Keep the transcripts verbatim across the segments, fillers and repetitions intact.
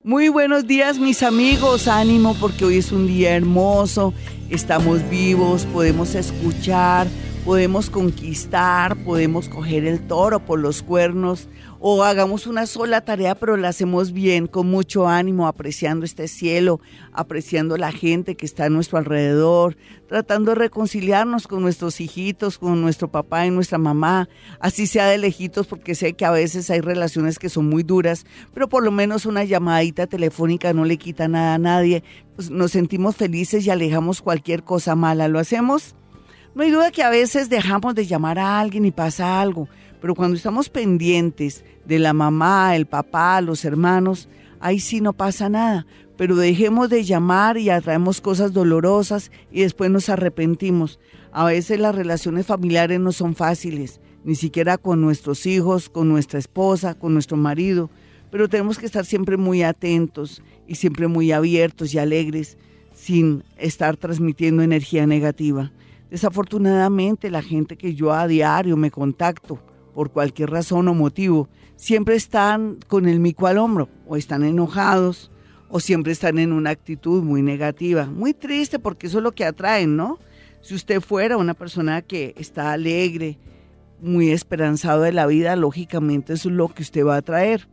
Muy buenos días, mis amigos, ánimo porque hoy es un día hermoso, estamos vivos, podemos escuchar, podemos conquistar, podemos coger el toro por los cuernos o hagamos una sola tarea pero la hacemos bien, con mucho ánimo, apreciando este cielo, apreciando la gente que está a nuestro alrededor, tratando de reconciliarnos con nuestros hijitos, con nuestro papá y nuestra mamá, así sea de lejitos porque sé que a veces hay relaciones que son muy duras, pero por lo menos una llamadita telefónica no le quita nada a nadie, pues nos sentimos felices y alejamos cualquier cosa mala, ¿lo hacemos? No hay duda que a veces dejamos de llamar a alguien y pasa algo, pero cuando estamos pendientes de la mamá, el papá, los hermanos, ahí sí no pasa nada. Pero dejemos de llamar y atraemos cosas dolorosas y después nos arrepentimos. A veces las relaciones familiares no son fáciles, ni siquiera con nuestros hijos, con nuestra esposa, con nuestro marido, pero tenemos que estar siempre muy atentos y siempre muy abiertos y alegres, sin estar transmitiendo energía negativa. Desafortunadamente, la gente que yo a diario me contacto, por cualquier razón o motivo, siempre están con el mico al hombro, o están enojados, o siempre están en una actitud muy negativa. Muy triste porque eso es lo que atraen, ¿no? Si usted fuera una persona que está alegre, muy esperanzado de la vida, lógicamente eso es lo que usted va a atraer.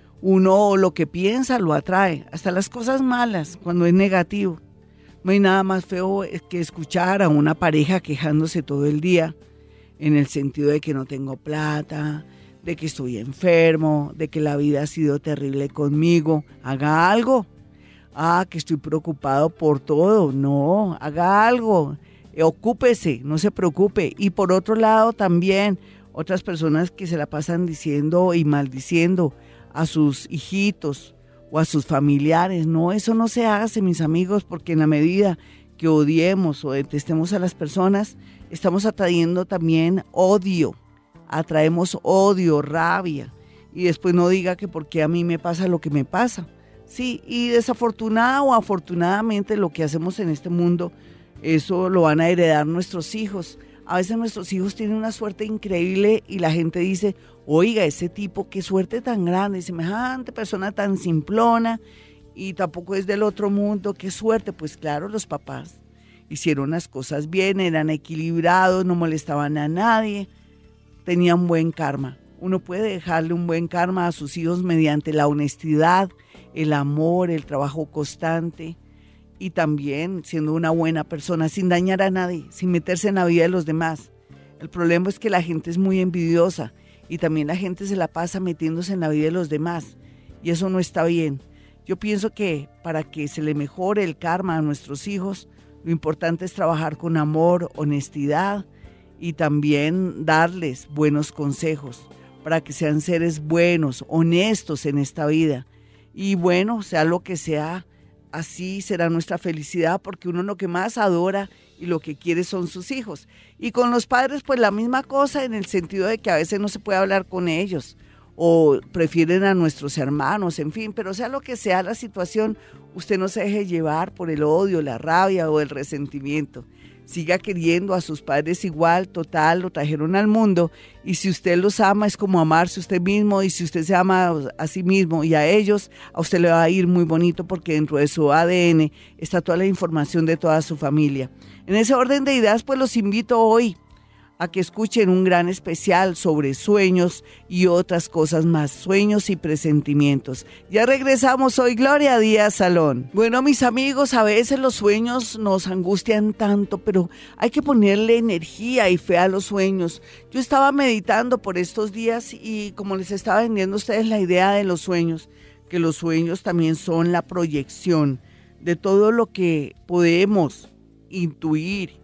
Uno lo que piensa lo atrae, hasta las cosas malas, cuando es negativo. No hay nada más feo que escuchar a una pareja quejándose todo el día, en el sentido de que no tengo plata, de que estoy enfermo, de que la vida ha sido terrible conmigo. Haga algo. Ah, que estoy preocupado por todo. No, haga algo. Ocúpese, no se preocupe. Y por otro lado también, otras personas que se la pasan diciendo y maldiciendo a sus hijitos o a sus familiares. No, eso no se hace, mis amigos, porque en la medida que odiemos o detestemos a las personas, estamos atrayendo también odio, atraemos odio, rabia, y después no diga que porque a mí me pasa lo que me pasa. Sí, y desafortunada o afortunadamente lo que hacemos en este mundo, eso lo van a heredar nuestros hijos. A veces nuestros hijos tienen una suerte increíble y la gente dice, oiga, ese tipo, qué suerte tan grande, semejante persona tan simplona y tampoco es del otro mundo, qué suerte. Pues claro, los papás hicieron las cosas bien, eran equilibrados, no molestaban a nadie, tenían buen karma. Uno puede dejarle un buen karma a sus hijos mediante la honestidad, el amor, el trabajo constante y también siendo una buena persona, sin dañar a nadie, sin meterse en la vida de los demás. El problema es que la gente es muy envidiosa y también la gente se la pasa metiéndose en la vida de los demás y eso no está bien. Yo pienso que para que se le mejore el karma a nuestros hijos, lo importante es trabajar con amor, honestidad y también darles buenos consejos para que sean seres buenos, honestos en esta vida. Y bueno, sea lo que sea, así será nuestra felicidad porque uno lo que más adora y lo que quiere son sus hijos. Y con los padres pues la misma cosa en el sentido de que a veces no se puede hablar con ellos o prefieren a nuestros hermanos, en fin, pero sea lo que sea la situación, usted no se deje llevar por el odio, la rabia o el resentimiento. Siga queriendo a sus padres igual, total, lo trajeron al mundo y si usted los ama es como amarse usted mismo y si usted se ama a sí mismo y a ellos, a usted le va a ir muy bonito porque dentro de su A D N está toda la información de toda su familia. En ese orden de ideas, pues los invito hoy a que escuchen un gran especial sobre sueños y otras cosas más, sueños y presentimientos. Ya regresamos hoy, Gloria Díaz Salón. Bueno, mis amigos, a veces los sueños nos angustian tanto, pero hay que ponerle energía y fe a los sueños. Yo estaba meditando por estos días y como les estaba vendiendo a ustedes la idea de los sueños, que los sueños también son la proyección de todo lo que podemos intuir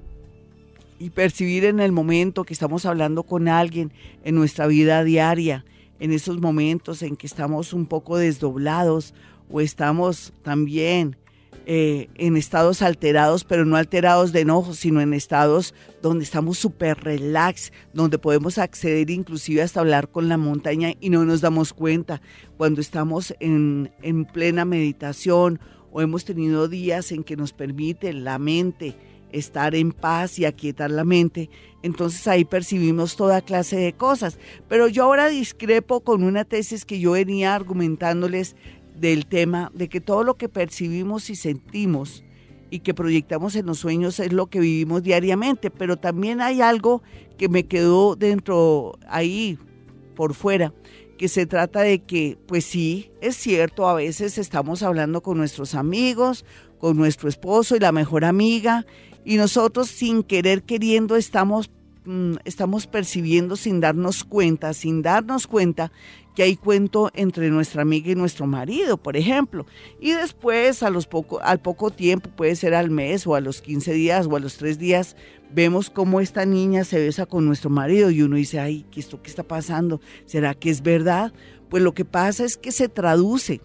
y percibir en el momento que estamos hablando con alguien en nuestra vida diaria, en esos momentos en que estamos un poco desdoblados o estamos también eh, en estados alterados, pero no alterados de enojo, sino en estados donde estamos súper relax, donde podemos acceder inclusive hasta hablar con la montaña y no nos damos cuenta cuando estamos en, en plena meditación o hemos tenido días en que nos permite la mente estar en paz y aquietar la mente, entonces ahí percibimos toda clase de cosas. Pero yo ahora discrepo con una tesis que yo venía argumentándoles del tema de que todo lo que percibimos y sentimos y que proyectamos en los sueños es lo que vivimos diariamente, pero también hay algo que me quedó dentro ahí por fuera, que se trata de que, pues sí, es cierto, a veces estamos hablando con nuestros amigos, con nuestro esposo y la mejor amiga, y nosotros sin querer queriendo estamos, mm, estamos percibiendo sin darnos cuenta, sin darnos cuenta que hay cuento entre nuestra amiga y nuestro marido, por ejemplo, y después a los poco, al poco tiempo, puede ser al mes o a los quince días o a los tres días, vemos cómo esta niña se besa con nuestro marido y uno dice, ay, ¿qué esto qué está pasando? ¿Será que es verdad? Pues lo que pasa es que se traduce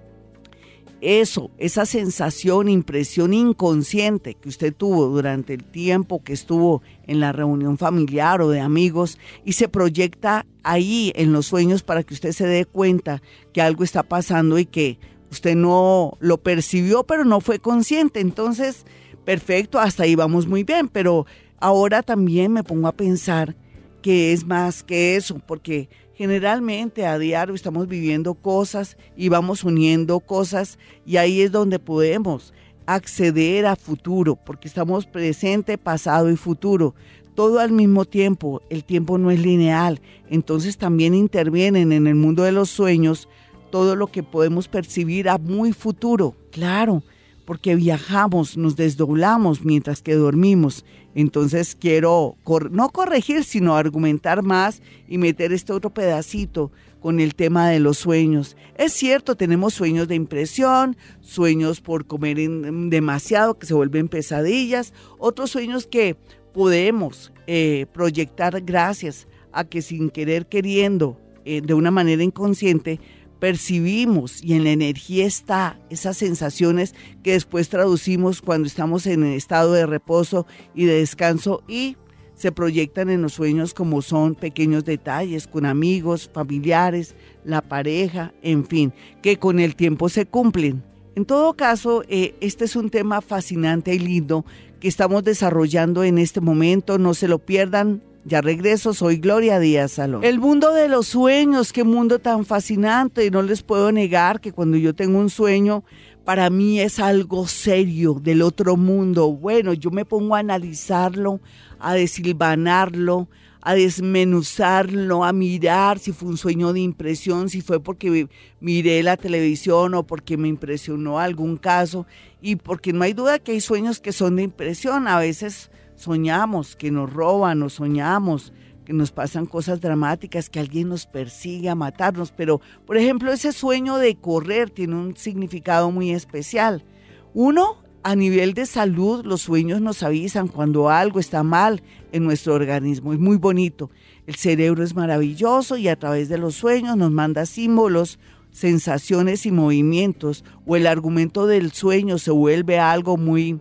eso, esa sensación, impresión inconsciente que usted tuvo durante el tiempo que estuvo en la reunión familiar o de amigos y se proyecta ahí en los sueños para que usted se dé cuenta que algo está pasando y que usted no lo percibió, pero no fue consciente. Entonces, perfecto, hasta ahí vamos muy bien, pero ahora también me pongo a pensar que es más que eso, porque generalmente a diario estamos viviendo cosas y vamos uniendo cosas y ahí es donde podemos acceder a futuro, porque estamos presente, pasado y futuro, todo al mismo tiempo. El tiempo no es lineal, entonces también intervienen en el mundo de los sueños todo lo que podemos percibir a muy futuro, claro, porque viajamos, nos desdoblamos mientras que dormimos. Entonces quiero cor- no corregir, sino argumentar más y meter este otro pedacito con el tema de los sueños. Es cierto, tenemos sueños de impresión, sueños por comer en, demasiado, que se vuelven pesadillas, otros sueños que podemos eh, proyectar gracias a que sin querer queriendo, eh, de una manera inconsciente, percibimos y en la energía está esas sensaciones que después traducimos cuando estamos en estado de reposo y de descanso y se proyectan en los sueños como son pequeños detalles con amigos, familiares, la pareja, en fin, que con el tiempo se cumplen. En todo caso, eh, este es un tema fascinante y lindo que estamos desarrollando en este momento, no se lo pierdan. Ya regreso, soy Gloria Díaz Salón. El mundo de los sueños, qué mundo tan fascinante, y no les puedo negar que cuando yo tengo un sueño, para mí es algo serio, del otro mundo. Bueno, yo me pongo a analizarlo, a desilvanarlo, a desmenuzarlo, a mirar si fue un sueño de impresión, si fue porque miré la televisión o porque me impresionó algún caso, y porque no hay duda que hay sueños que son de impresión, a veces soñamos que nos roban o soñamos que nos pasan cosas dramáticas, que alguien nos persigue a matarnos, pero por ejemplo ese sueño de correr tiene un significado muy especial. Uno, a nivel de salud, los sueños nos avisan cuando algo está mal en nuestro organismo, es muy bonito. El cerebro es maravilloso y a través de los sueños nos manda símbolos, sensaciones y movimientos, o el argumento del sueño se vuelve algo muy,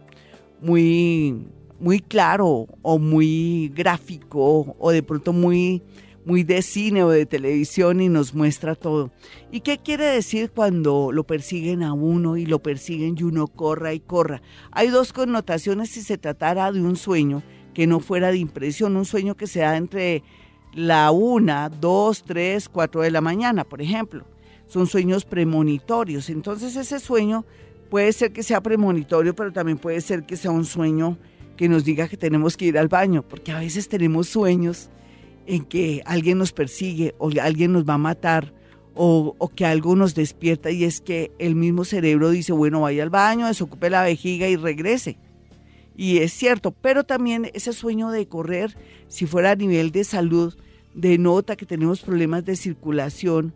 muy... muy claro o muy gráfico o de pronto muy, muy de cine o de televisión y nos muestra todo. ¿Y qué quiere decir cuando lo persiguen a uno y lo persiguen y uno corra y corra? Hay dos connotaciones si se tratara de un sueño que no fuera de impresión, un sueño que se da entre la una, dos, tres, cuatro de la mañana, por ejemplo. Son sueños premonitorios, entonces ese sueño puede ser que sea premonitorio, pero también puede ser que sea un sueño que nos diga que tenemos que ir al baño, porque a veces tenemos sueños en que alguien nos persigue o alguien nos va a matar o, o que algo nos despierta y es que el mismo cerebro dice, bueno, vaya al baño, desocupe la vejiga y regrese. Y es cierto, pero también ese sueño de correr, si fuera a nivel de salud, denota que tenemos problemas de circulación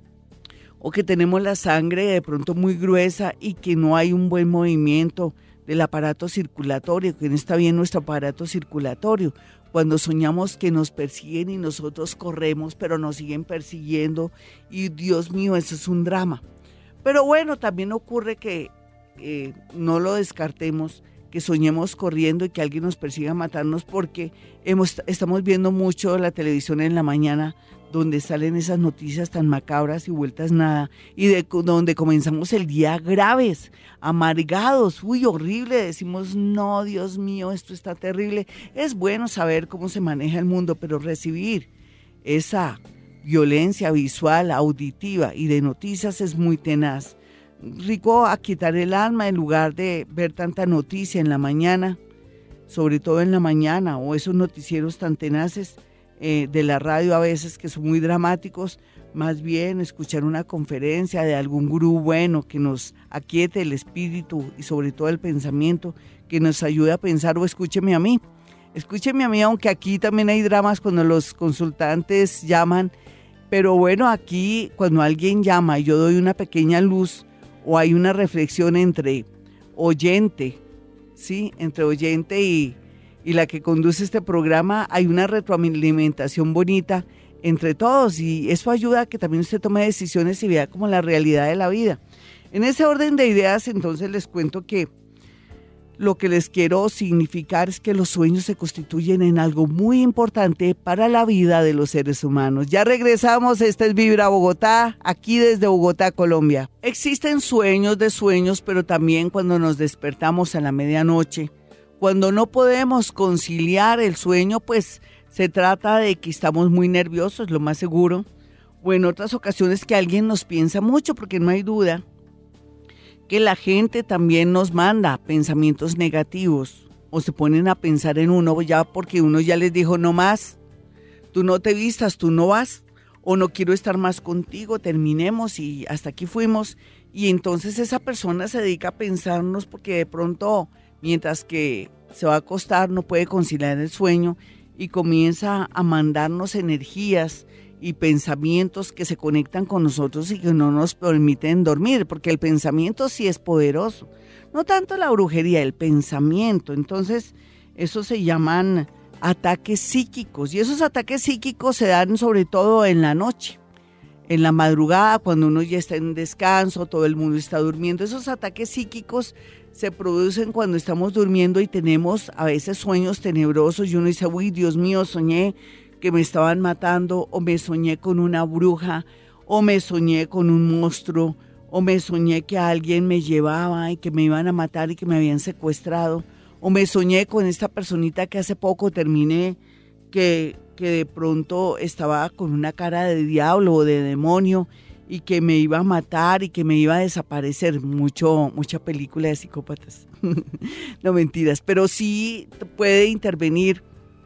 o que tenemos la sangre de pronto muy gruesa y que no hay un buen movimiento del aparato circulatorio, que no está bien nuestro aparato circulatorio. Cuando soñamos que nos persiguen y nosotros corremos, pero nos siguen persiguiendo y Dios mío, eso es un drama. Pero bueno, también ocurre que eh, no lo descartemos, que soñemos corriendo y que alguien nos persiga a matarnos porque hemos, estamos viendo mucho la televisión en la mañana donde salen esas noticias tan macabras y vueltas nada, y de donde comenzamos el día graves, amargados, uy, horrible, decimos, no, Dios mío, esto está terrible. Es bueno saber cómo se maneja el mundo, pero recibir esa violencia visual, auditiva y de noticias es muy tenaz. rico aquietar el alma en lugar de ver tanta noticia en la mañana, sobre todo en la mañana, o esos noticieros tan tenaces eh, de la radio a veces que son muy dramáticos. Más bien escuchar una conferencia de algún gurú bueno que nos aquiete el espíritu y sobre todo el pensamiento, que nos ayude a pensar. O escúcheme a mí, escúcheme a mí, aunque aquí también hay dramas cuando los consultantes llaman, pero bueno, aquí cuando alguien llama y yo doy una pequeña luz o hay una reflexión entre oyente, ¿sí? Entre oyente y, y la que conduce este programa, hay una retroalimentación bonita entre todos, y eso ayuda a que también usted tome decisiones y vea como la realidad de la vida. En ese orden de ideas, entonces les cuento que lo que les quiero significar es que los sueños se constituyen en algo muy importante para la vida de los seres humanos. Ya regresamos, esta es Vibra Bogotá, aquí desde Bogotá, Colombia. Existen sueños de sueños, pero también cuando nos despertamos a la medianoche, cuando no podemos conciliar el sueño, pues se trata de que estamos muy nerviosos, lo más seguro, o en otras ocasiones que alguien nos piensa mucho, porque no hay duda que la gente también nos manda pensamientos negativos, o se ponen a pensar en uno ya porque uno ya les dijo no más, tú no te vistas, tú no vas, o no quiero estar más contigo, terminemos y hasta aquí fuimos, y entonces esa persona se dedica a pensarnos porque de pronto, mientras que se va a acostar, no puede conciliar el sueño, y comienza a mandarnos energías y pensamientos que se conectan con nosotros y que no nos permiten dormir, porque el pensamiento sí es poderoso, no tanto la brujería, el pensamiento. Entonces, eso se llaman ataques psíquicos, y esos ataques psíquicos se dan sobre todo en la noche, en la madrugada, cuando uno ya está en descanso, todo el mundo está durmiendo. Esos ataques psíquicos se producen cuando estamos durmiendo y tenemos a veces sueños tenebrosos y uno dice, uy, Dios mío, soñé que me estaban matando, o me soñé con una bruja, o me soñé con un monstruo, o me soñé que alguien me llevaba y que me iban a matar y que me habían secuestrado, o me soñé con esta personita que hace poco terminé, que, que de pronto estaba con una cara de diablo o de demonio, y que me iba a matar y que me iba a desaparecer. Mucho, mucha película de psicópatas. No, mentiras, pero sí puede intervenir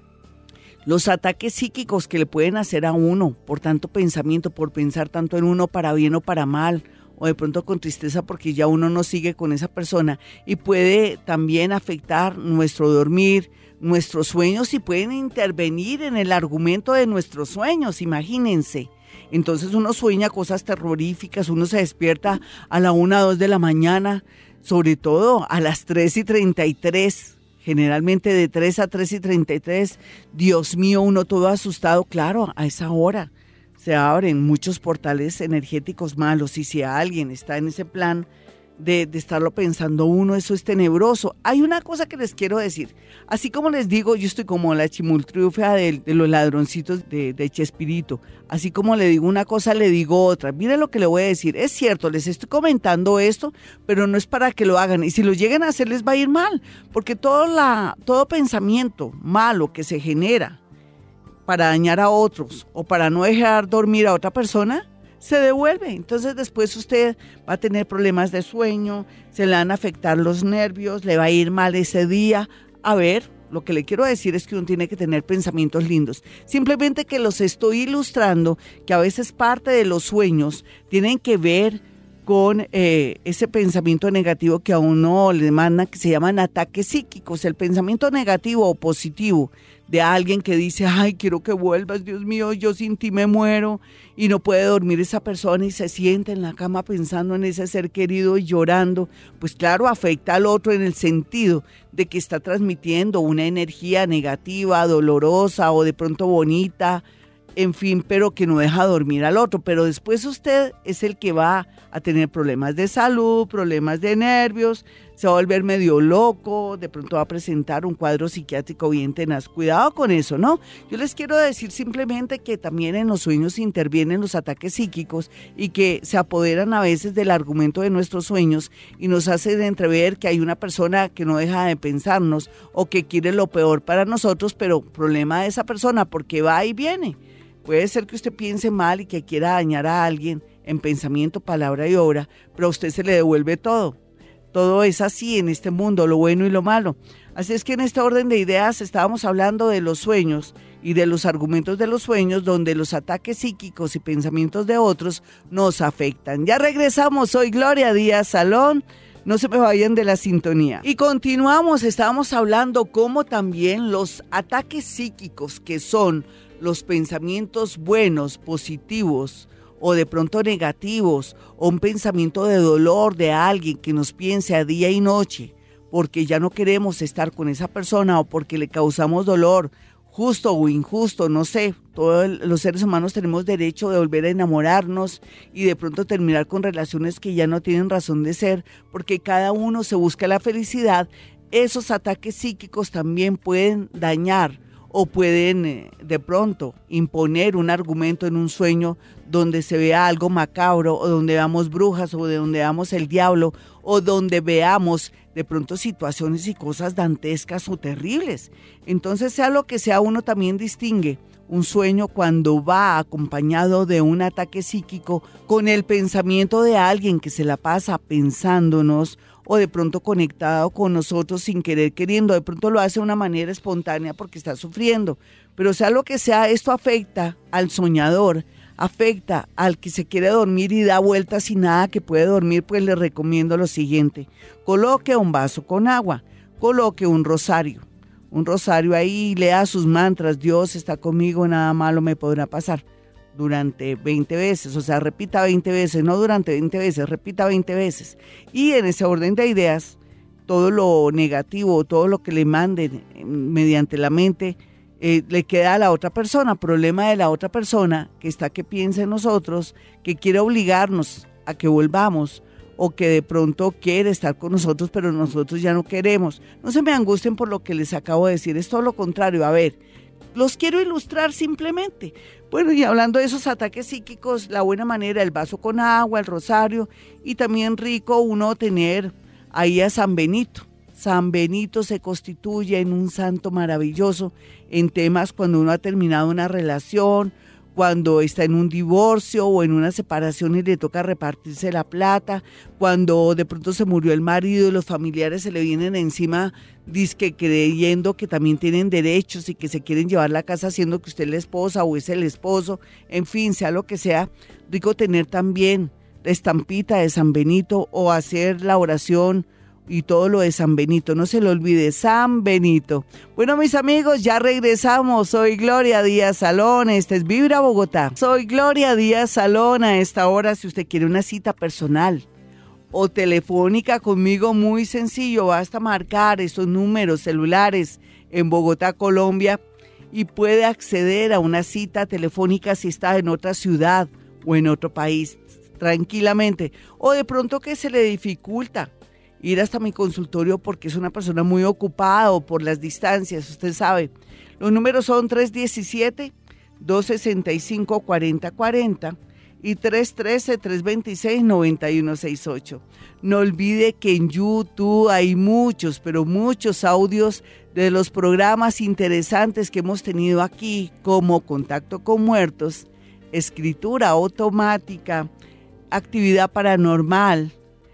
los ataques psíquicos que le pueden hacer a uno por tanto pensamiento, por pensar tanto en uno para bien o para mal, o de pronto con tristeza porque ya uno no sigue con esa persona, y puede también afectar nuestro dormir, nuestros sueños, y pueden intervenir en el argumento de nuestros sueños, imagínense. Entonces uno sueña cosas terroríficas, uno se despierta a la una, dos de la mañana, sobre todo a las tres y treinta y tres, generalmente de tres a tres y treinta y tres, Dios mío, uno todo asustado. Claro, a esa hora se abren muchos portales energéticos malos, y si alguien está en ese plan de, de estarlo pensando uno, eso es tenebroso. Hay una cosa que les quiero decir, así como les digo, yo estoy como la chimultrufia de, de los ladroncitos de, de Chespirito, así como le digo una cosa, le digo otra. Miren lo que le voy a decir, es cierto, les estoy comentando esto, pero no es para que lo hagan, y si lo lleguen a hacer les va a ir mal, porque todo, la, todo pensamiento malo que se genera para dañar a otros o para no dejar dormir a otra persona, se devuelve. Entonces después usted va a tener problemas de sueño, se le van a afectar los nervios, le va a ir mal ese día. A ver, lo que le quiero decir es que uno tiene que tener pensamientos lindos. Simplemente que los estoy ilustrando, que a veces parte de los sueños tienen que ver con eh, ese pensamiento negativo que a uno le manda, que se llaman ataques psíquicos. El pensamiento negativo o positivo de alguien que dice, ay, quiero que vuelvas, Dios mío, yo sin ti me muero, y no puede dormir esa persona y se sienta en la cama pensando en ese ser querido y llorando, pues claro, afecta al otro en el sentido de que está transmitiendo una energía negativa, dolorosa o de pronto bonita, en fin, pero que no deja dormir al otro. Pero después usted es el que va a tener problemas de salud, problemas de nervios, se va a volver medio loco, de pronto va a presentar un cuadro psiquiátrico bien tenaz. Cuidado con eso, ¿no? Yo les quiero decir simplemente que también en los sueños intervienen los ataques psíquicos y que se apoderan a veces del argumento de nuestros sueños y nos hacen entrever que hay una persona que no deja de pensarnos o que quiere lo peor para nosotros, pero problema de esa persona porque va y viene. Puede ser que usted piense mal y que quiera dañar a alguien en pensamiento, palabra y obra, pero a usted se le devuelve todo. Todo es así en este mundo, lo bueno y lo malo. Así es que en este orden de ideas estábamos hablando de los sueños y de los argumentos de los sueños, donde los ataques psíquicos y pensamientos de otros nos afectan. Ya regresamos, soy Gloria Díaz Salón. No se me vayan de la sintonía. Y continuamos, estábamos hablando cómo también los ataques psíquicos, que son los pensamientos buenos, positivos, o de pronto negativos, o un pensamiento de dolor de alguien que nos piense a día y noche, porque ya no queremos estar con esa persona o porque le causamos dolor, justo o injusto, no sé. Todos los seres humanos tenemos derecho de volver a enamorarnos y de pronto terminar con relaciones que ya no tienen razón de ser, porque cada uno se busca la felicidad. Esos ataques psíquicos también pueden dañar o pueden eh, de pronto imponer un argumento en un sueño donde se vea algo macabro, o donde veamos brujas, o de donde veamos el diablo, o donde veamos de pronto situaciones y cosas dantescas o terribles. Entonces, sea lo que sea, uno también distingue un sueño cuando va acompañado de un ataque psíquico con el pensamiento de alguien que se la pasa pensándonos, o de pronto conectado con nosotros sin querer queriendo. De pronto lo hace de una manera espontánea porque está sufriendo. Pero sea lo que sea, esto afecta al soñador, afecta al que se quiere dormir y da vueltas sin nada que puede dormir. Pues le recomiendo lo siguiente: coloque un vaso con agua, coloque un rosario, un rosario ahí, lea sus mantras: Dios está conmigo, nada malo me podrá pasar, durante veinte veces, o sea, repita veinte veces, no durante veinte veces, repita veinte veces. Y en ese orden de ideas, todo lo negativo, todo lo que le manden mediante la mente, eh, le queda a la otra persona. Problema de la otra persona, que está que piensa en nosotros, que quiere obligarnos a que volvamos, o que de pronto quiere estar con nosotros, pero nosotros ya no queremos. No se me angustien por lo que les acabo de decir, es todo lo contrario. A ver, los quiero ilustrar simplemente. Bueno, y hablando de esos ataques psíquicos, la buena manera, el vaso con agua, el rosario, y también rico uno tener ahí a San Benito. San Benito se constituye en un santo maravilloso en temas cuando uno ha terminado una relación, cuando está en un divorcio o en una separación y le toca repartirse la plata, cuando de pronto se murió el marido y los familiares se le vienen encima, dizque creyendo que también tienen derechos y que se quieren llevar la casa, siendo que usted es la esposa o es el esposo. En fin, sea lo que sea, rico tener también la estampita de San Benito o hacer la oración y todo lo de San Benito. No se lo olvide, San Benito. Bueno, mis amigos, ya regresamos. Soy Gloria Díaz Salón, este es Vibra Bogotá. Soy Gloria Díaz Salón. A esta hora, si usted quiere una cita personal o telefónica conmigo, muy sencillo, basta marcar esos números celulares en Bogotá, Colombia, y puede acceder a una cita telefónica si está en otra ciudad o en otro país, tranquilamente. O de pronto que se le dificulta ir hasta mi consultorio porque es una persona muy ocupada o por las distancias, usted sabe. Los números son tres uno siete, dos seis cinco, cuatro cero cuatro cero y tres uno tres, tres dos seis, nueve uno seis ocho. No olvide que en YouTube hay muchos, pero muchos audios de los programas interesantes que hemos tenido aquí, como Contacto con Muertos, Escritura Automática, Actividad Paranormal,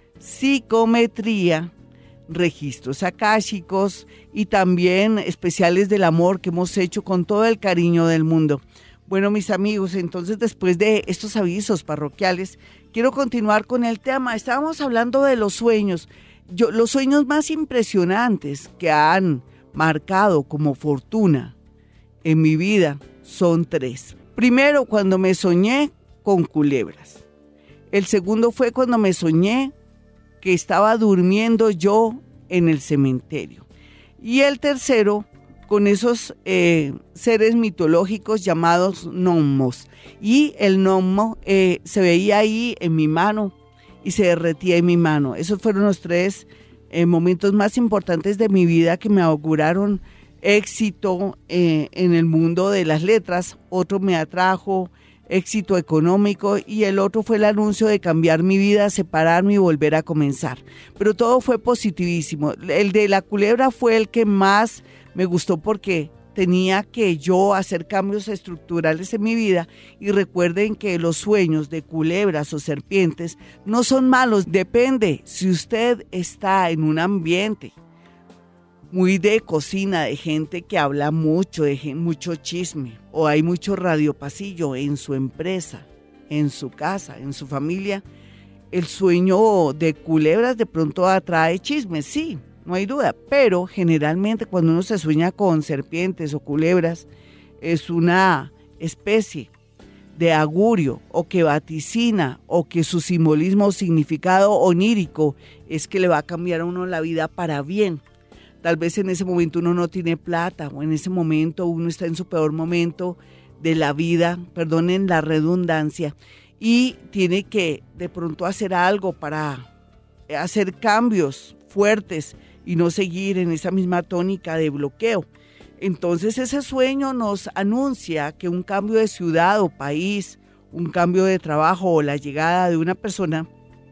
Psicometría, Registros Akáshicos y también especiales del amor que hemos hecho con todo el cariño del mundo. Bueno, mis amigos, entonces después de estos avisos parroquiales, quiero continuar con el tema. Estábamos hablando de los sueños. Yo, los sueños más impresionantes que han marcado como fortuna en mi vida son tres. Primero, cuando me soñé con culebras. El segundo fue cuando me soñé que estaba durmiendo yo en el cementerio. Y el tercero, con esos eh, seres mitológicos llamados gnomos. Y el gnomo eh, se veía ahí en mi mano y se derretía en mi mano. Esos fueron los tres eh, momentos más importantes de mi vida que me auguraron éxito eh, en el mundo de las letras. Otro me atrajo éxito económico y el otro fue el anuncio de cambiar mi vida, separarme y volver a comenzar. Pero todo fue positivísimo. El de la culebra fue el que más me gustó porque tenía que yo hacer cambios estructurales en mi vida y recuerden que los sueños de culebras o serpientes no son malos, depende si usted está en un ambiente muy de cocina, de gente que habla mucho, de gente, mucho chisme, o hay mucho radiopasillo en su empresa, en su casa, en su familia, el sueño de culebras de pronto atrae chismes, sí, no hay duda, pero generalmente cuando uno se sueña con serpientes o culebras, es una especie de augurio o que vaticina o que su simbolismo o significado onírico es que le va a cambiar a uno la vida para bien. Tal vez en ese momento uno no tiene plata o en ese momento uno está en su peor momento de la vida, perdonen la redundancia, y tiene que de pronto hacer algo para hacer cambios fuertes y no seguir en esa misma tónica de bloqueo. Entonces ese sueño nos anuncia que un cambio de ciudad o país, un cambio de trabajo o la llegada de una persona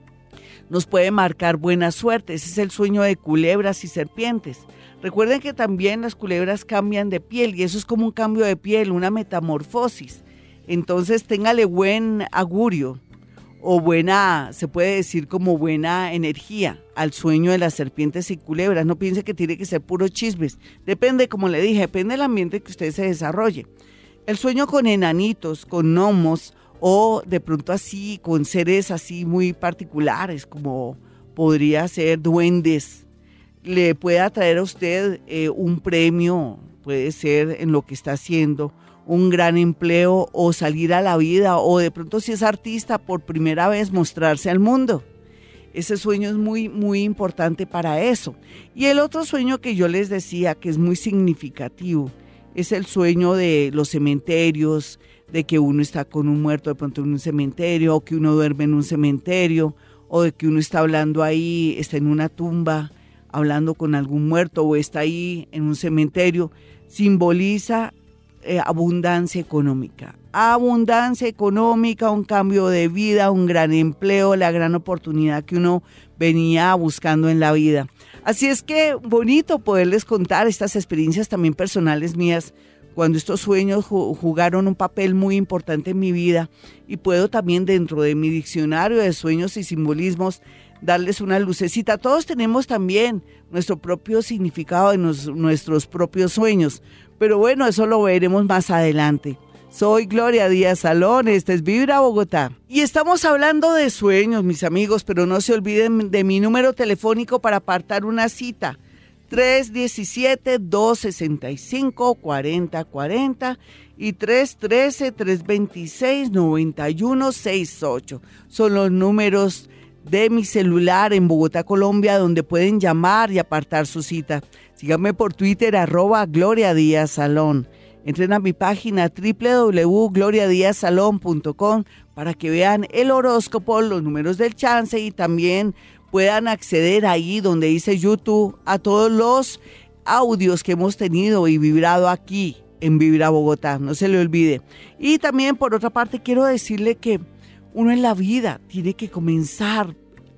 nos puede marcar buena suerte. Ese es el sueño de culebras y serpientes. Recuerden que también las culebras cambian de piel y eso es como un cambio de piel, una metamorfosis. Entonces téngale buen augurio o buena, se puede decir como buena energía al sueño de las serpientes y culebras. No piense que tiene que ser puros chismes. Depende, como le dije, depende del ambiente que usted se desarrolle. El sueño con enanitos, con gnomos o de pronto así, con seres así muy particulares, como podría ser duendes, le puede atraer a usted eh, un premio, puede ser en lo que está haciendo, un gran empleo o salir a la vida, o de pronto si es artista por primera vez mostrarse al mundo. Ese sueño es muy, muy importante para eso. Y el otro sueño que yo les decía que es muy significativo es el sueño de los cementerios, de que uno está con un muerto de pronto en un cementerio, o que uno duerme en un cementerio, o de que uno está hablando ahí, está en una tumba, hablando con algún muerto, o está ahí en un cementerio. Simboliza eh, abundancia económica. Abundancia económica, un cambio de vida, un gran empleo, la gran oportunidad que uno venía buscando en la vida. Así es que bonito poderles contar estas experiencias también personales mías, cuando estos sueños jugaron un papel muy importante en mi vida, y puedo también dentro de mi diccionario de sueños y simbolismos darles una lucecita. Todos tenemos también nuestro propio significado de nos, nuestros propios sueños, pero bueno, eso lo veremos más adelante. Soy Gloria Díaz Salón, este es Vibra Bogotá. Y estamos hablando de sueños, mis amigos, pero no se olviden de mi número telefónico para apartar una cita. tres uno siete, dos seis cinco, cuatro cero cuatro cero y tres uno tres, tres dos seis, nueve uno seis ocho. Son los números de mi celular en Bogotá, Colombia, donde pueden llamar y apartar su cita. Síganme por Twitter, arroba Gloria Díaz Salón. Entren a mi página doble u doble u doble u punto gloria díaz salón punto com para que vean el horóscopo, los números del chance y también puedan acceder ahí donde dice YouTube a todos los audios que hemos tenido y vibrado aquí en Vibra Bogotá, no se le olvide. Y también por otra parte quiero decirle que uno en la vida tiene que comenzar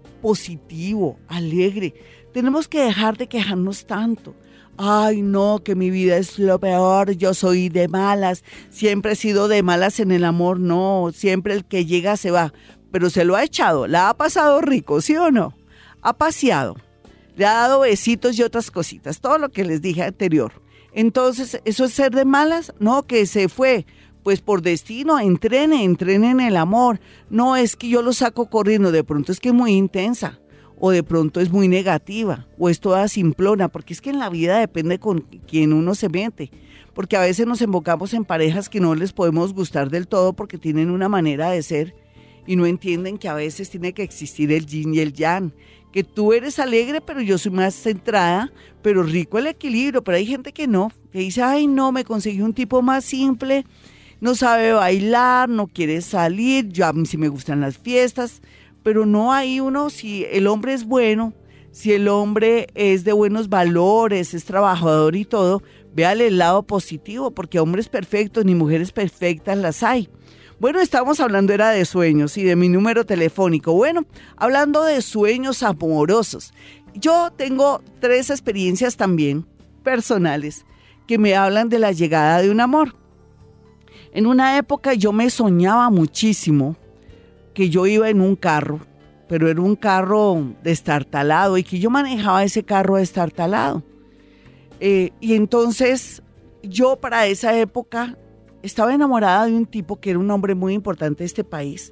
positivo, alegre. Tenemos que dejar de quejarnos tanto. Ay, no, que mi vida es lo peor, yo soy de malas, siempre he sido de malas en el amor. No, siempre el que llega se va, pero se lo ha echado, la ha pasado rico, ¿sí o no? Ha paseado, le ha dado besitos y otras cositas, todo lo que les dije anterior. Entonces, ¿eso es ser de malas? No, que se fue, pues por destino, entrene, entrene en el amor. No es que yo lo saco corriendo, de pronto es que es muy intensa, o de pronto es muy negativa, o es toda simplona, porque es que en la vida depende con quién uno se mete, porque a veces nos embocamos en parejas que no les podemos gustar del todo porque tienen una manera de ser y no entienden que a veces tiene que existir el yin y el yang, que tú eres alegre pero yo soy más centrada, pero rico el equilibrio. Pero hay gente que no, que dice, ay no, me conseguí un tipo más simple, no sabe bailar, no quiere salir, yo a mí sí me gustan las fiestas. Pero no hay uno, si el hombre es bueno, si el hombre es de buenos valores, es trabajador y todo, véale el lado positivo, porque hombres perfectos ni mujeres perfectas las hay. Bueno, estábamos hablando era de sueños y de mi número telefónico. Bueno, hablando de sueños amorosos, yo tengo tres experiencias también personales que me hablan de la llegada de un amor. En una época yo me soñaba muchísimo que yo iba en un carro, pero era un carro destartalado y que yo manejaba ese carro destartalado. Eh, y entonces yo para esa época estaba enamorada de un tipo que era un hombre muy importante de este país.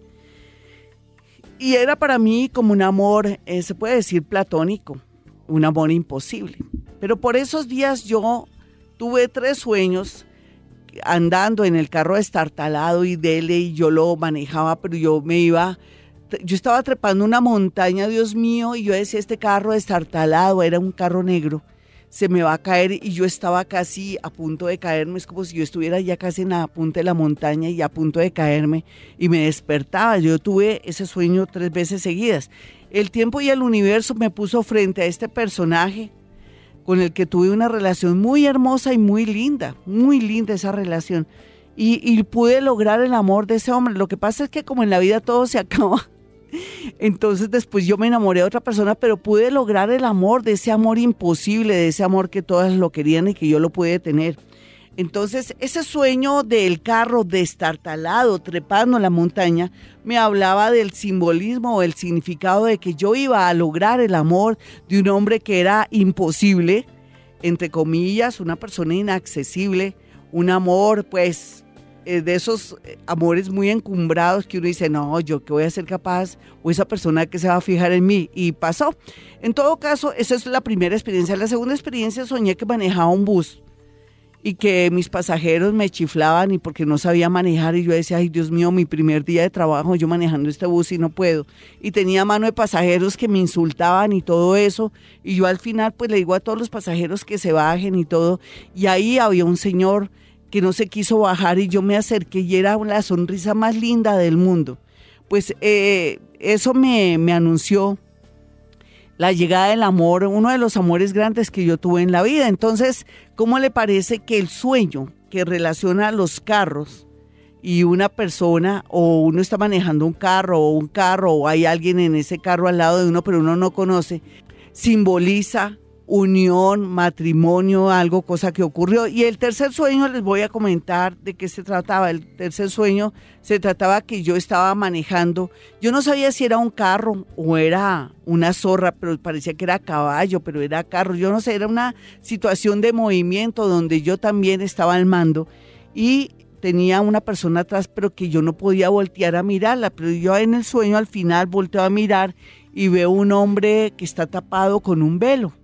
Y era para mí como un amor, eh, se puede decir platónico, un amor imposible. Pero por esos días yo tuve tres sueños andando en el carro destartalado y dele, y yo lo manejaba, pero yo me iba, yo estaba trepando una montaña, Dios mío, y yo decía, este carro destartalado, era un carro negro, se me va a caer, y yo estaba casi a punto de caerme, es como si yo estuviera ya casi en la punta de la montaña y a punto de caerme, y me despertaba. Yo tuve ese sueño tres veces seguidas. El tiempo y el universo me puso frente a este personaje con el que tuve una relación muy hermosa y muy linda, muy linda esa relación, y, y pude lograr el amor de ese hombre. Lo que pasa es que como en la vida todo se acaba, entonces después yo me enamoré de otra persona, pero pude lograr el amor, de ese amor imposible, de ese amor que todas lo querían y que yo lo pude tener. Entonces ese sueño del carro destartalado, trepando la montaña, me hablaba del simbolismo o el significado de que yo iba a lograr el amor de un hombre que era imposible, entre comillas, una persona inaccesible, un amor pues eh, de esos amores muy encumbrados que uno dice, no, yo qué voy a ser capaz, o esa persona que se va a fijar en mí, y pasó. En todo caso, esa es la primera experiencia. La segunda experiencia, soñé que manejaba un bus y que mis pasajeros me chiflaban y porque no sabía manejar, y yo decía, ay Dios mío, mi primer día de trabajo, yo manejando este bus y no puedo. Y tenía mano de pasajeros que me insultaban y todo eso, y yo al final pues le digo a todos los pasajeros que se bajen y todo, y ahí había un señor que no se quiso bajar y yo me acerqué y era la sonrisa más linda del mundo. Pues eh, eso me, me anunció la llegada del amor, uno de los amores grandes que yo tuve en la vida. Entonces, ¿cómo le parece que el sueño que relaciona los carros y una persona, o uno está manejando un carro o un carro, o hay alguien en ese carro al lado de uno, pero uno no conoce, simboliza unión, matrimonio, algo, cosa que ocurrió? Y el tercer sueño les voy a comentar de qué se trataba. El tercer sueño se trataba que yo estaba manejando, yo no sabía si era un carro o era una zorra, pero parecía que era caballo, pero era carro, yo no sé, era una situación de movimiento donde yo también estaba al mando y tenía una persona atrás, pero que yo no podía voltear a mirarla, pero yo en el sueño al final volteo a mirar y veo un hombre que está tapado con un velo.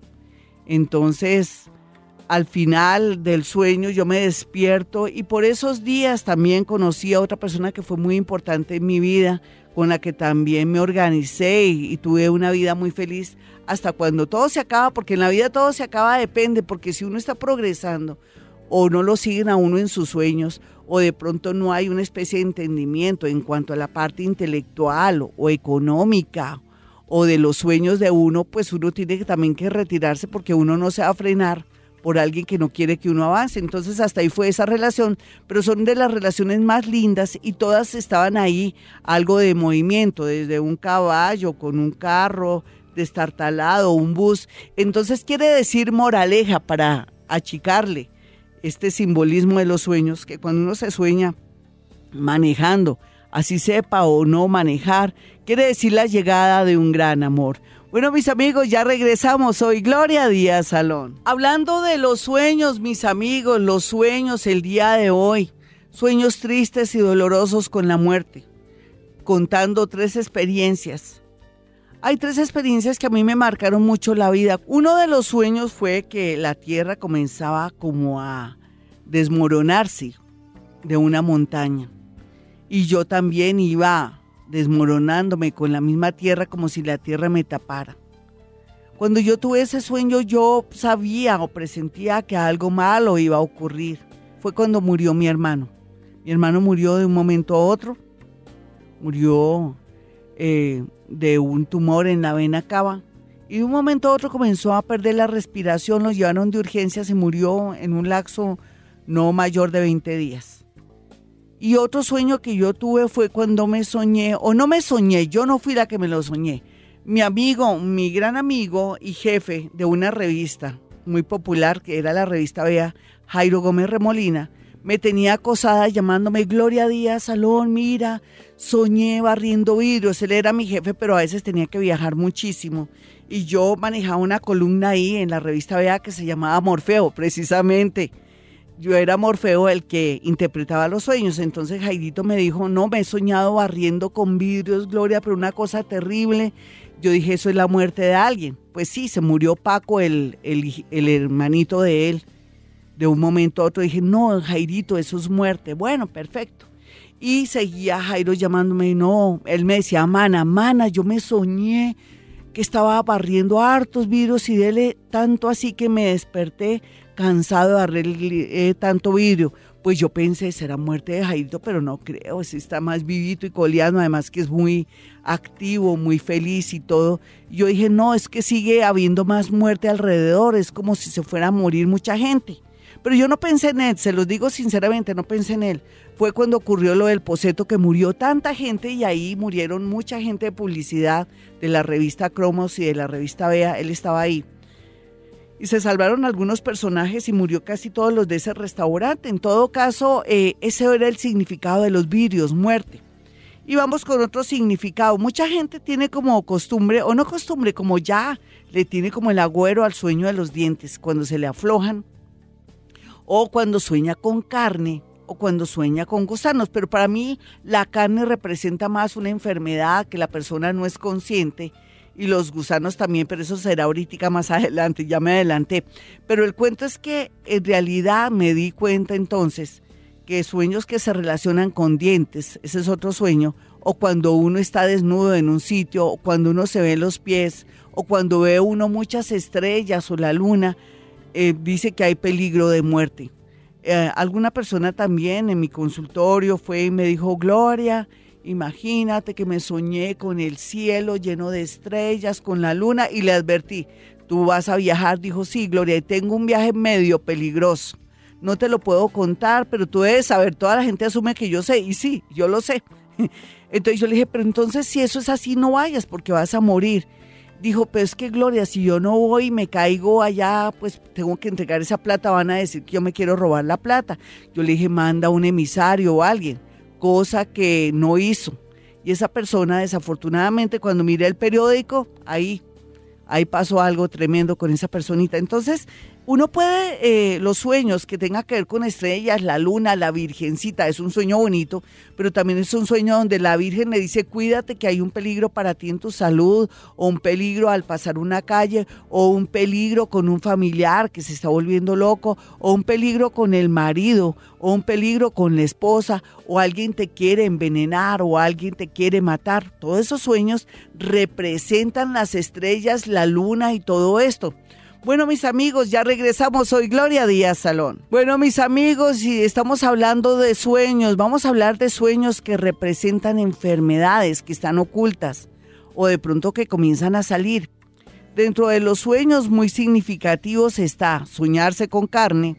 Entonces, al final del sueño yo me despierto y por esos días también conocí a otra persona que fue muy importante en mi vida, con la que también me organicé y, y tuve una vida muy feliz hasta cuando todo se acaba, porque en la vida todo se acaba, depende, porque si uno está progresando o no lo siguen a uno en sus sueños, o de pronto no hay una especie de entendimiento en cuanto a la parte intelectual o, o económica, o de los sueños de uno, pues uno tiene que también que retirarse porque uno no se va a frenar por alguien que no quiere que uno avance. Entonces hasta ahí fue esa relación, pero son de las relaciones más lindas y todas estaban ahí, algo de movimiento, desde un caballo con un carro destartalado, un bus. Entonces quiere decir, moraleja, para achicarle este simbolismo de los sueños, que cuando uno se sueña manejando, así sepa o no manejar, quiere decir la llegada de un gran amor. Bueno, mis amigos, ya regresamos. Soy Gloria Díaz Salón. Hablando de los sueños, mis amigos, los sueños el día de hoy, sueños tristes y dolorosos con la muerte, contando tres experiencias. Hay tres experiencias que a mí me marcaron mucho la vida. Uno de los sueños fue que la tierra comenzaba como a desmoronarse de una montaña. Y yo también iba desmoronándome con la misma tierra, como si la tierra me tapara. Cuando yo tuve ese sueño, yo sabía o presentía que algo malo iba a ocurrir. Fue cuando murió mi hermano. Mi hermano murió de un momento a otro. Murió eh, de un tumor en la vena cava. Y de un momento a otro comenzó a perder la respiración. Lo llevaron de urgencias y murió en un lapso no mayor de veinte días. Y otro sueño que yo tuve fue cuando me soñé, o no me soñé, yo no fui la que me lo soñé. Mi amigo, mi gran amigo y jefe de una revista, muy popular, que era la revista Vea, Jairo Gómez Remolina, me tenía acosada llamándome Gloria Díaz Salón, mira, soñé barriendo vidrios. Él era mi jefe, pero a veces tenía que viajar muchísimo. Y yo manejaba una columna ahí en la revista Vea que se llamaba Morfeo, precisamente. Yo era Morfeo el que interpretaba los sueños. Entonces Jairito me dijo, no, me he soñado barriendo con vidrios, Gloria, pero una cosa terrible. Yo dije, eso es la muerte de alguien. Pues sí, se murió Paco, el, el, el hermanito de él. De un momento a otro dije, no, Jairito, eso es muerte. Bueno, perfecto. Y seguía Jairo llamándome, no, él me decía, mana, mana, yo me soñé que estaba barriendo hartos vidrios y dele tanto así que me desperté cansado de barrer eh, tanto vidrio. Pues yo pensé, será muerte de Jairito, pero no creo, ese está más vivito y coleando, además que es muy activo, muy feliz y todo. Yo dije, no, es que sigue habiendo más muerte alrededor, es como si se fuera a morir mucha gente. Pero yo no pensé en él, se los digo sinceramente, no pensé en él. Fue cuando ocurrió lo del Poseto, que murió tanta gente y ahí murieron mucha gente de publicidad de la revista Cromos y de la revista Vea, él estaba ahí. Y se salvaron algunos personajes y murió casi todos los de ese restaurante. En todo caso, eh, ese era el significado de los vidrios, muerte. Y vamos con otro significado. Mucha gente tiene como costumbre, o no costumbre, como ya le tiene como el agüero al sueño de los dientes, cuando se le aflojan, o cuando sueña con carne, o cuando sueña con gusanos. Pero para mí la carne representa más una enfermedad que la persona no es consciente, y los gusanos también, pero eso será ahorita más adelante, ya me adelanté. Pero el cuento es que en realidad me di cuenta entonces que sueños que se relacionan con dientes, ese es otro sueño, o cuando uno está desnudo en un sitio, o cuando uno se ve los pies, o cuando ve uno muchas estrellas o la luna, eh, dice que hay peligro de muerte. Eh, alguna persona también en mi consultorio fue y me dijo, Gloria, imagínate que me soñé con el cielo lleno de estrellas, con la luna, y le advertí, tú vas a viajar. Dijo, sí, Gloria, y tengo un viaje medio peligroso. No te lo puedo contar, pero tú debes saber, toda la gente asume que yo sé, y sí, yo lo sé. Entonces yo le dije, pero entonces si eso es así, no vayas porque vas a morir. Dijo, pero es que Gloria, si yo no voy y me caigo allá, pues tengo que entregar esa plata, van a decir que yo me quiero robar la plata. Yo le dije, manda un emisario o alguien, cosa que no hizo. Y esa persona, desafortunadamente, cuando miré el periódico, ahí, ahí pasó algo tremendo con esa personita. Entonces, uno puede, eh, los sueños que tengan que ver con estrellas, la luna, la virgencita, es un sueño bonito, pero también es un sueño donde la Virgen le dice, cuídate que hay un peligro para ti en tu salud, o un peligro al pasar una calle, o un peligro con un familiar que se está volviendo loco, o un peligro con el marido, o un peligro con la esposa, o alguien te quiere envenenar, o alguien te quiere matar. Todos esos sueños representan las estrellas, la luna y todo esto. Bueno, mis amigos, ya regresamos. Soy Gloria Díaz Salón. Bueno, mis amigos, y estamos hablando de sueños. Vamos a hablar de sueños que representan enfermedades que están ocultas o de pronto que comienzan a salir. Dentro de los sueños muy significativos está soñarse con carne,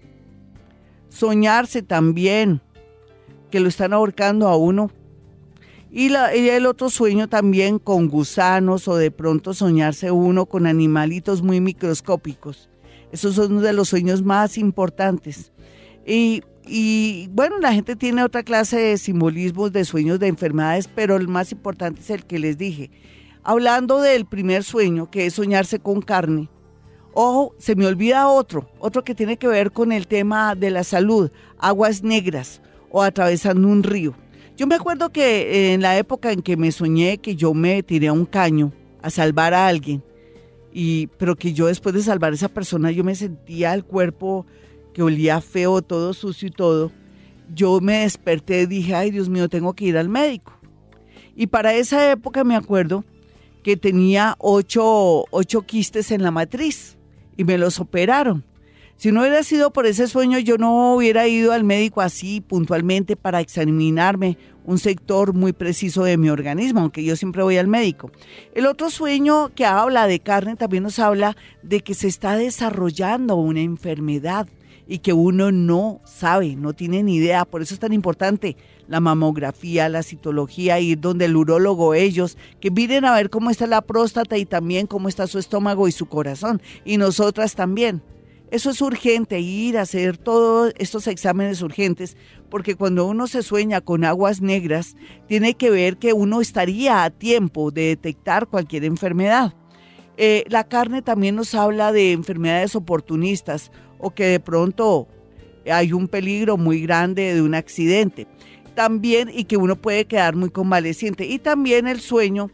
soñarse también que lo están ahorcando a uno, Y, la, y el otro sueño también con gusanos, o de pronto soñarse uno con animalitos muy microscópicos. Esos son uno de los sueños más importantes. Y, y bueno, la gente tiene otra clase de simbolismos de sueños de enfermedades, pero el más importante es el que les dije. Hablando del primer sueño, que es soñarse con carne. Ojo, se me olvida otro, otro que tiene que ver con el tema de la salud, aguas negras o atravesando un río. Yo me acuerdo que en la época en que me soñé que yo me tiré a un caño a salvar a alguien, y, pero que yo después de salvar a esa persona yo me sentía el cuerpo que olía feo, todo sucio y todo. Yo me desperté y dije, ay Dios mío, tengo que ir al médico. Y para esa época me acuerdo que tenía ocho, ocho quistes en la matriz y me los operaron. Si no hubiera sido por ese sueño, yo no hubiera ido al médico así puntualmente para examinarme un sector muy preciso de mi organismo, aunque yo siempre voy al médico. El otro sueño que habla de carne también nos habla de que se está desarrollando una enfermedad. y que uno no sabe, no tiene ni idea. Por eso es tan importante la mamografía, la citología, ir donde el urólogo, ellos, que miren a ver cómo está la próstata y también cómo está su estómago y su corazón, y nosotras también. Eso es urgente, ir a hacer todos estos exámenes urgentes, porque cuando uno se sueña con aguas negras, tiene que ver que uno estaría a tiempo de detectar cualquier enfermedad. Eh, la carne también nos habla de enfermedades oportunistas o que de pronto hay un peligro muy grande de un accidente. También, y que uno puede quedar muy convaleciente. Y también el sueño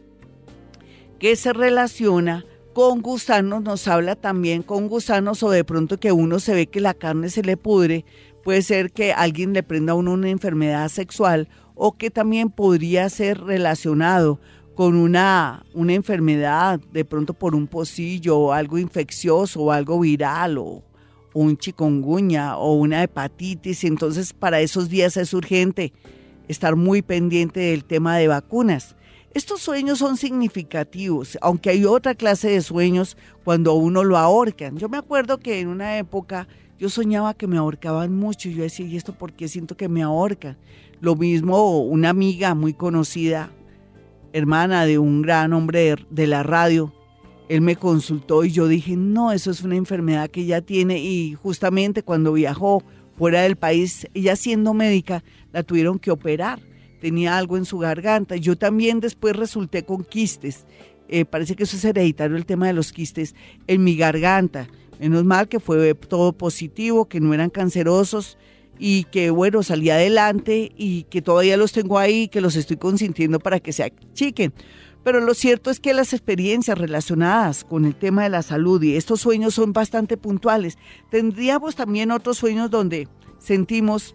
que se relaciona con gusanos, nos habla también con gusanos, o de pronto que uno se ve que la carne se le pudre. Puede ser que alguien le prenda a uno una enfermedad sexual, o que también podría ser relacionado con una, una enfermedad, de pronto por un pocillo, o algo infeccioso, o algo viral, o, o un chikungunya, o una hepatitis. Entonces, para esos días es urgente estar muy pendiente del tema de vacunas. Estos sueños son significativos, aunque hay otra clase de sueños cuando uno lo ahorcan. Yo me acuerdo que en una época yo soñaba que me ahorcaban mucho. Yo decía, ¿y esto por qué siento que me ahorcan? Lo mismo una amiga muy conocida, hermana de un gran hombre de, de la radio, él me consultó y yo dije, no, eso es una enfermedad que ella tiene, y justamente cuando viajó fuera del país, ella siendo médica, la tuvieron que operar. Tenía algo en su garganta. Yo también después resulté con quistes. Eh, parece que eso es hereditario, el tema de los quistes en mi garganta. Menos mal que fue todo positivo, que no eran cancerosos y que, bueno, salí adelante y que todavía los tengo ahí, que los estoy consintiendo para que se achiquen. Pero lo cierto es que las experiencias relacionadas con el tema de la salud y estos sueños son bastante puntuales. Tendríamos también otros sueños donde sentimos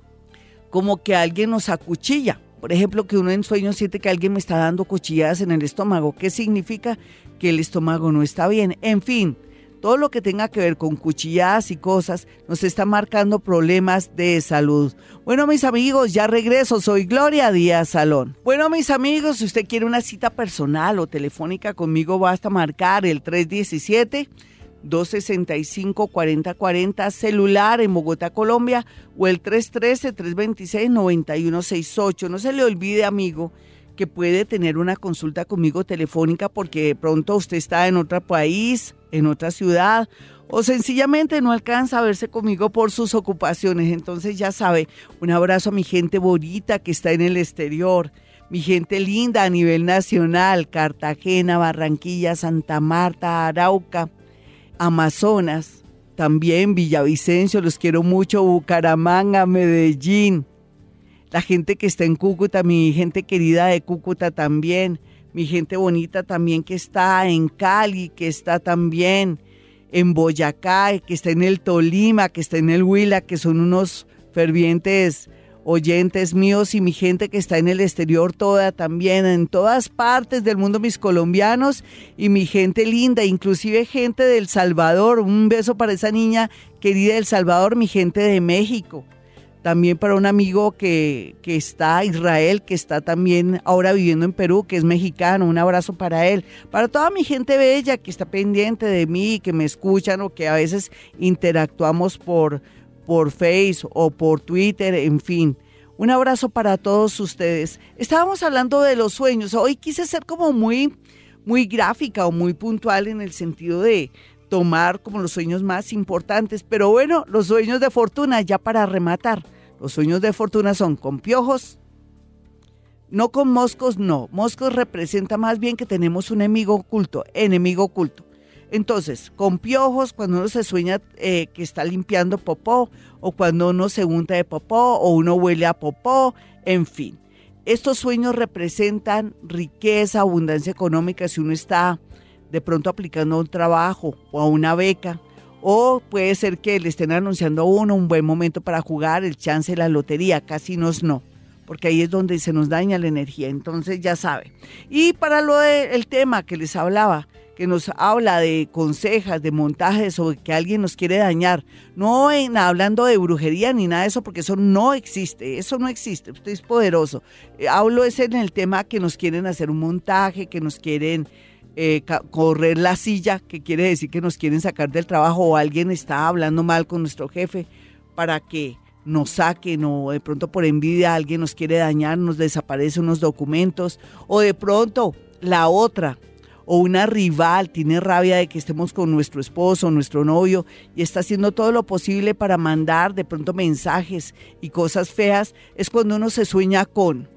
como que alguien nos acuchilla. Por ejemplo, que uno en sueños siente que alguien me está dando cuchilladas en el estómago. ¿Qué significa? Que el estómago no está bien. En fin, todo lo que tenga que ver con cuchilladas y cosas nos está marcando problemas de salud. Bueno, mis amigos, ya regreso. Soy Gloria Díaz Salón. Bueno, mis amigos, si usted quiere una cita personal o telefónica conmigo, basta marcar el tres uno siete, dos seis cinco, cuatro cero cuatro cero, celular en Bogotá, Colombia, o el tres uno tres, tres dos seis, nueve uno seis ocho. No se le olvide, amigo, que puede tener una consulta conmigo telefónica porque de pronto usted está en otro país, en otra ciudad, o sencillamente no alcanza a verse conmigo por sus ocupaciones. Entonces ya sabe, un abrazo a mi gente bonita que está en el exterior, mi gente linda a nivel nacional, Cartagena, Barranquilla, Santa Marta, Arauca, Amazonas, también Villavicencio, los quiero mucho, Bucaramanga, Medellín, la gente que está en Cúcuta, mi gente querida de Cúcuta también, mi gente bonita también que está en Cali, que está también en Boyacá, que está en el Tolima, que está en el Huila, que son unos fervientes oyentes míos, y mi gente que está en el exterior toda también, en todas partes del mundo, mis colombianos y mi gente linda, inclusive gente de El Salvador. Un beso para esa niña querida de El Salvador, mi gente de México. También para un amigo que, que está, Israel, que está también ahora viviendo en Perú, que es mexicano. Un abrazo para él. Para toda mi gente bella que está pendiente de mí, que me escuchan o que a veces interactuamos por, por Face o por Twitter, en fin. Un abrazo para todos ustedes. Estábamos hablando de los sueños. Hoy quise ser como muy, muy gráfica o muy puntual en el sentido de tomar como los sueños más importantes. Pero bueno, los sueños de fortuna, ya para rematar. Los sueños de fortuna son con piojos, no con moscos, no. Moscos representa más bien que tenemos un enemigo oculto, enemigo oculto. Entonces, con piojos, cuando uno se sueña eh, que está limpiando popó, o cuando uno se unta de popó, o uno huele a popó, en fin. Estos sueños representan riqueza, abundancia económica si uno está de pronto aplicando a un trabajo o a una beca. O puede ser que le estén anunciando a uno un buen momento para jugar, el chance de la lotería, casinos no, porque ahí es donde se nos daña la energía, entonces ya sabe. Y para lo del tema que les hablaba, que nos habla de consejas, de montajes o que alguien nos quiere dañar, no en, hablando de brujería ni nada de eso, porque eso no existe, eso no existe, usted es poderoso. Eh, hablo es en el tema que nos quieren hacer un montaje, que nos quieren eh, ca- correr la silla, que quiere decir que nos quieren sacar del trabajo, o alguien está hablando mal con nuestro jefe para que nos saquen, o de pronto por envidia alguien nos quiere dañar, nos desaparece unos documentos, o de pronto la otra o una rival tiene rabia de que estemos con nuestro esposo, nuestro novio, y está haciendo todo lo posible para mandar de pronto mensajes y cosas feas, es cuando uno se sueña con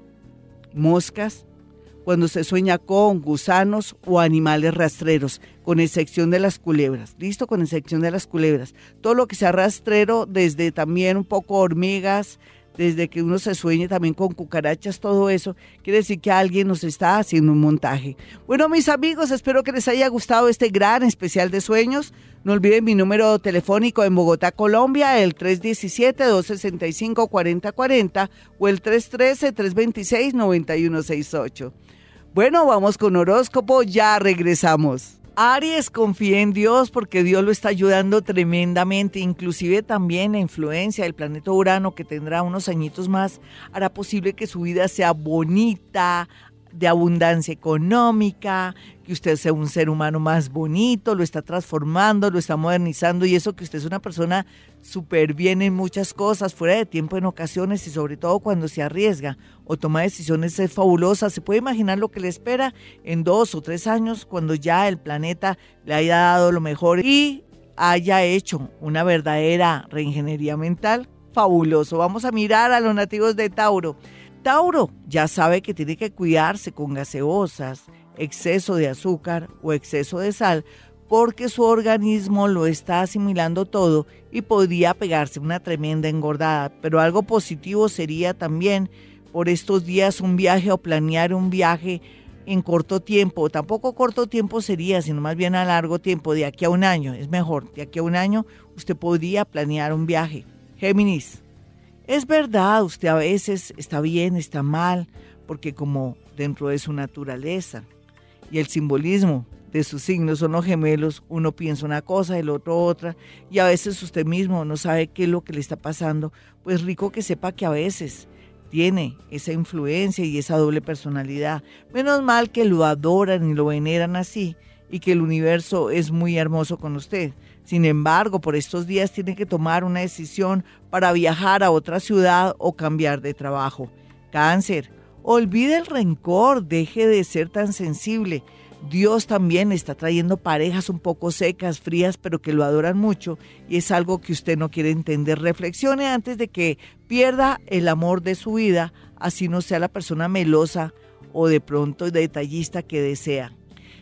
moscas, cuando se sueña con gusanos o animales rastreros, con excepción de las culebras. ¿Listo? Con excepción de las culebras. Todo lo que sea rastrero, desde también un poco hormigas, desde que uno se sueñe también con cucarachas, todo eso, quiere decir que alguien nos está haciendo un montaje. Bueno, mis amigos, espero que les haya gustado este gran especial de sueños. No olviden mi número telefónico en Bogotá, Colombia, el tres uno siete, dos seis cinco, cuatro cero cuatro cero o el tres uno tres, tres dos seis, nueve uno seis ocho. Bueno, vamos con horóscopo, ya regresamos. Aries, confíe en Dios porque Dios lo está ayudando tremendamente, inclusive también la influencia del planeta Urano, que tendrá unos añitos más, hará posible que su vida sea bonita, de abundancia económica, que usted sea un ser humano más bonito, lo está transformando, lo está modernizando, y eso que usted es una persona súper bien en muchas cosas, fuera de tiempo en ocasiones, y sobre todo cuando se arriesga o toma decisiones es fabulosas. Se puede imaginar lo que le espera en dos o tres años cuando ya el planeta le haya dado lo mejor y haya hecho una verdadera reingeniería mental. Fabuloso. Vamos a mirar a los nativos de Tauro. Tauro ya sabe que tiene que cuidarse con gaseosas, exceso de azúcar o exceso de sal, porque su organismo lo está asimilando todo y podría pegarse una tremenda engordada. Pero algo positivo sería también por estos días un viaje o planear un viaje en corto tiempo. Tampoco corto tiempo sería, sino más bien a largo tiempo, de aquí a un año. Es mejor, de aquí a un año usted podría planear un viaje. Géminis. Es verdad, usted a veces está bien, está mal, porque como dentro de su naturaleza y el simbolismo de sus signos son los gemelos, uno piensa una cosa, el otro otra, y a veces usted mismo no sabe qué es lo que le está pasando. Pues rico que sepa que a veces tiene esa influencia y esa doble personalidad. Menos mal que lo adoran y lo veneran así, y que el universo es muy hermoso con usted. Sin embargo, por estos días tiene que tomar una decisión para viajar a otra ciudad o cambiar de trabajo. Cáncer, olvide el rencor, deje de ser tan sensible. Dios también está trayendo parejas un poco secas, frías, pero que lo adoran mucho, y es algo que usted no quiere entender. Reflexione antes de que pierda el amor de su vida, así no sea la persona melosa o de pronto detallista que desea.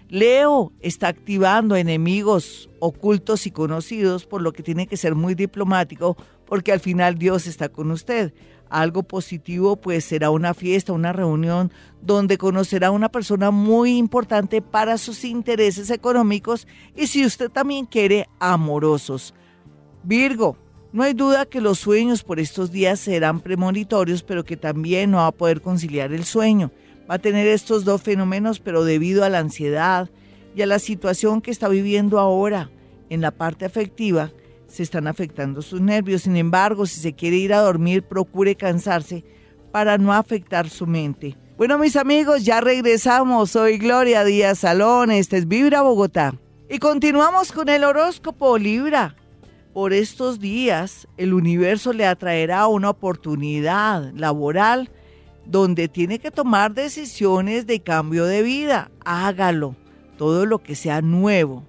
Leo está activando enemigos ocultos y conocidos, por lo que tiene que ser muy diplomático, porque al final Dios está con usted. Algo positivo pues será una fiesta, una reunión donde conocerá a una persona muy importante para sus intereses económicos y, si usted también quiere, amorosos. Virgo, no hay duda que los sueños por estos días serán premonitorios, pero que también no va a poder conciliar el sueño. Va a tener estos dos fenómenos, pero debido a la ansiedad y a la situación que está viviendo ahora en la parte afectiva, se están afectando sus nervios. Sin embargo, si se quiere ir a dormir, procure cansarse para no afectar su mente. Bueno, mis amigos, ya regresamos. Soy Gloria Díaz Salón, este es Vibra Bogotá. Y continuamos con el horóscopo Libra. Por estos días, el universo le atraerá una oportunidad laboral donde tiene que tomar decisiones de cambio de vida. Hágalo. Todo lo que sea nuevo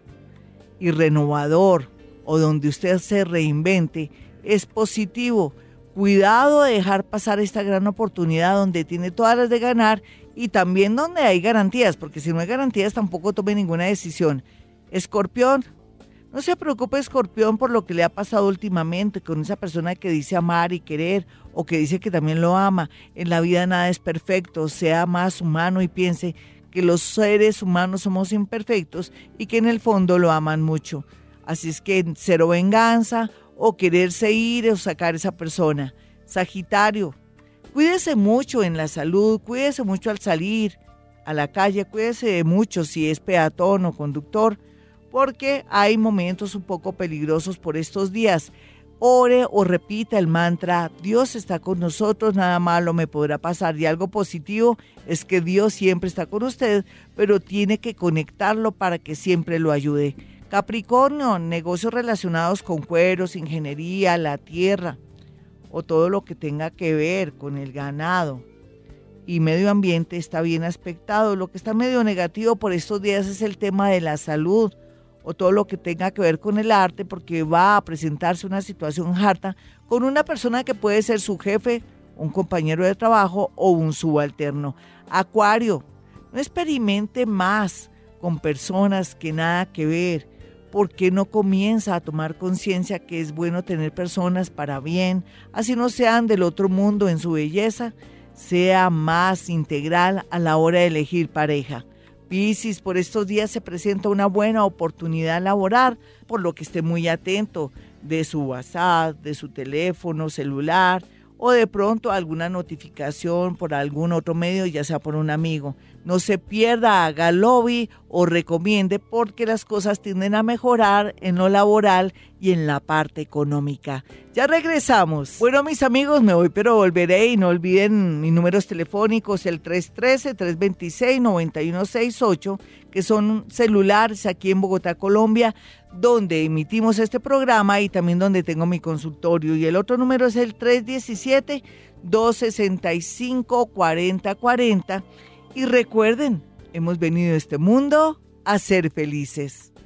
y renovador, o donde usted se reinvente, es positivo. Cuidado de dejar pasar esta gran oportunidad donde tiene todas las de ganar, y también donde hay garantías, porque si no hay garantías tampoco tome ninguna decisión. Escorpión, no se preocupe, Escorpión, por lo que le ha pasado últimamente con esa persona que dice amar y querer, o que dice que también lo ama. En la vida nada es perfecto. Sea más humano y piense que los seres humanos somos imperfectos y que en el fondo lo aman mucho. Así es que cero venganza o quererse ir o sacar a esa persona. Sagitario, cuídese mucho en la salud, cuídese mucho al salir a la calle, cuídese mucho si es peatón o conductor, porque hay momentos un poco peligrosos por estos días. ore o repita el mantra, Dios está con nosotros, nada malo me podrá pasar. Y algo positivo es que Dios siempre está con usted, pero tiene que conectarlo para que siempre lo ayude. Capricornio, negocios relacionados con cueros, ingeniería, la tierra o todo lo que tenga que ver con el ganado y medio ambiente está bien aspectado. Lo que está medio negativo por estos días es el tema de la salud o todo lo que tenga que ver con el arte, porque va a presentarse una situación harta con una persona que puede ser su jefe, un compañero de trabajo o un subalterno. Acuario, no experimente más con personas que nada que ver. ¿Por qué no comienza a tomar conciencia que es bueno tener personas para bien, así no sean del otro mundo en su belleza? Sea más integral a la hora de elegir pareja. Piscis, por estos días se presenta una buena oportunidad laboral, por lo que esté muy atento de su WhatsApp, de su teléfono celular o de pronto alguna notificación por algún otro medio, ya sea por un amigo. No se pierda, haga lobby o recomiende porque las cosas tienden a mejorar en lo laboral y en la parte económica. Ya regresamos. Bueno, mis amigos, me voy pero volveré y no olviden mis números telefónicos, el tres uno tres, tres dos seis, nueve uno seis ocho, que son celulares aquí en Bogotá, Colombia, donde emitimos este programa y también donde tengo mi consultorio. Y el otro número es el tres uno siete, dos seis cinco, cuatro cero cuatro cero. Y recuerden, hemos venido a este mundo a ser felices.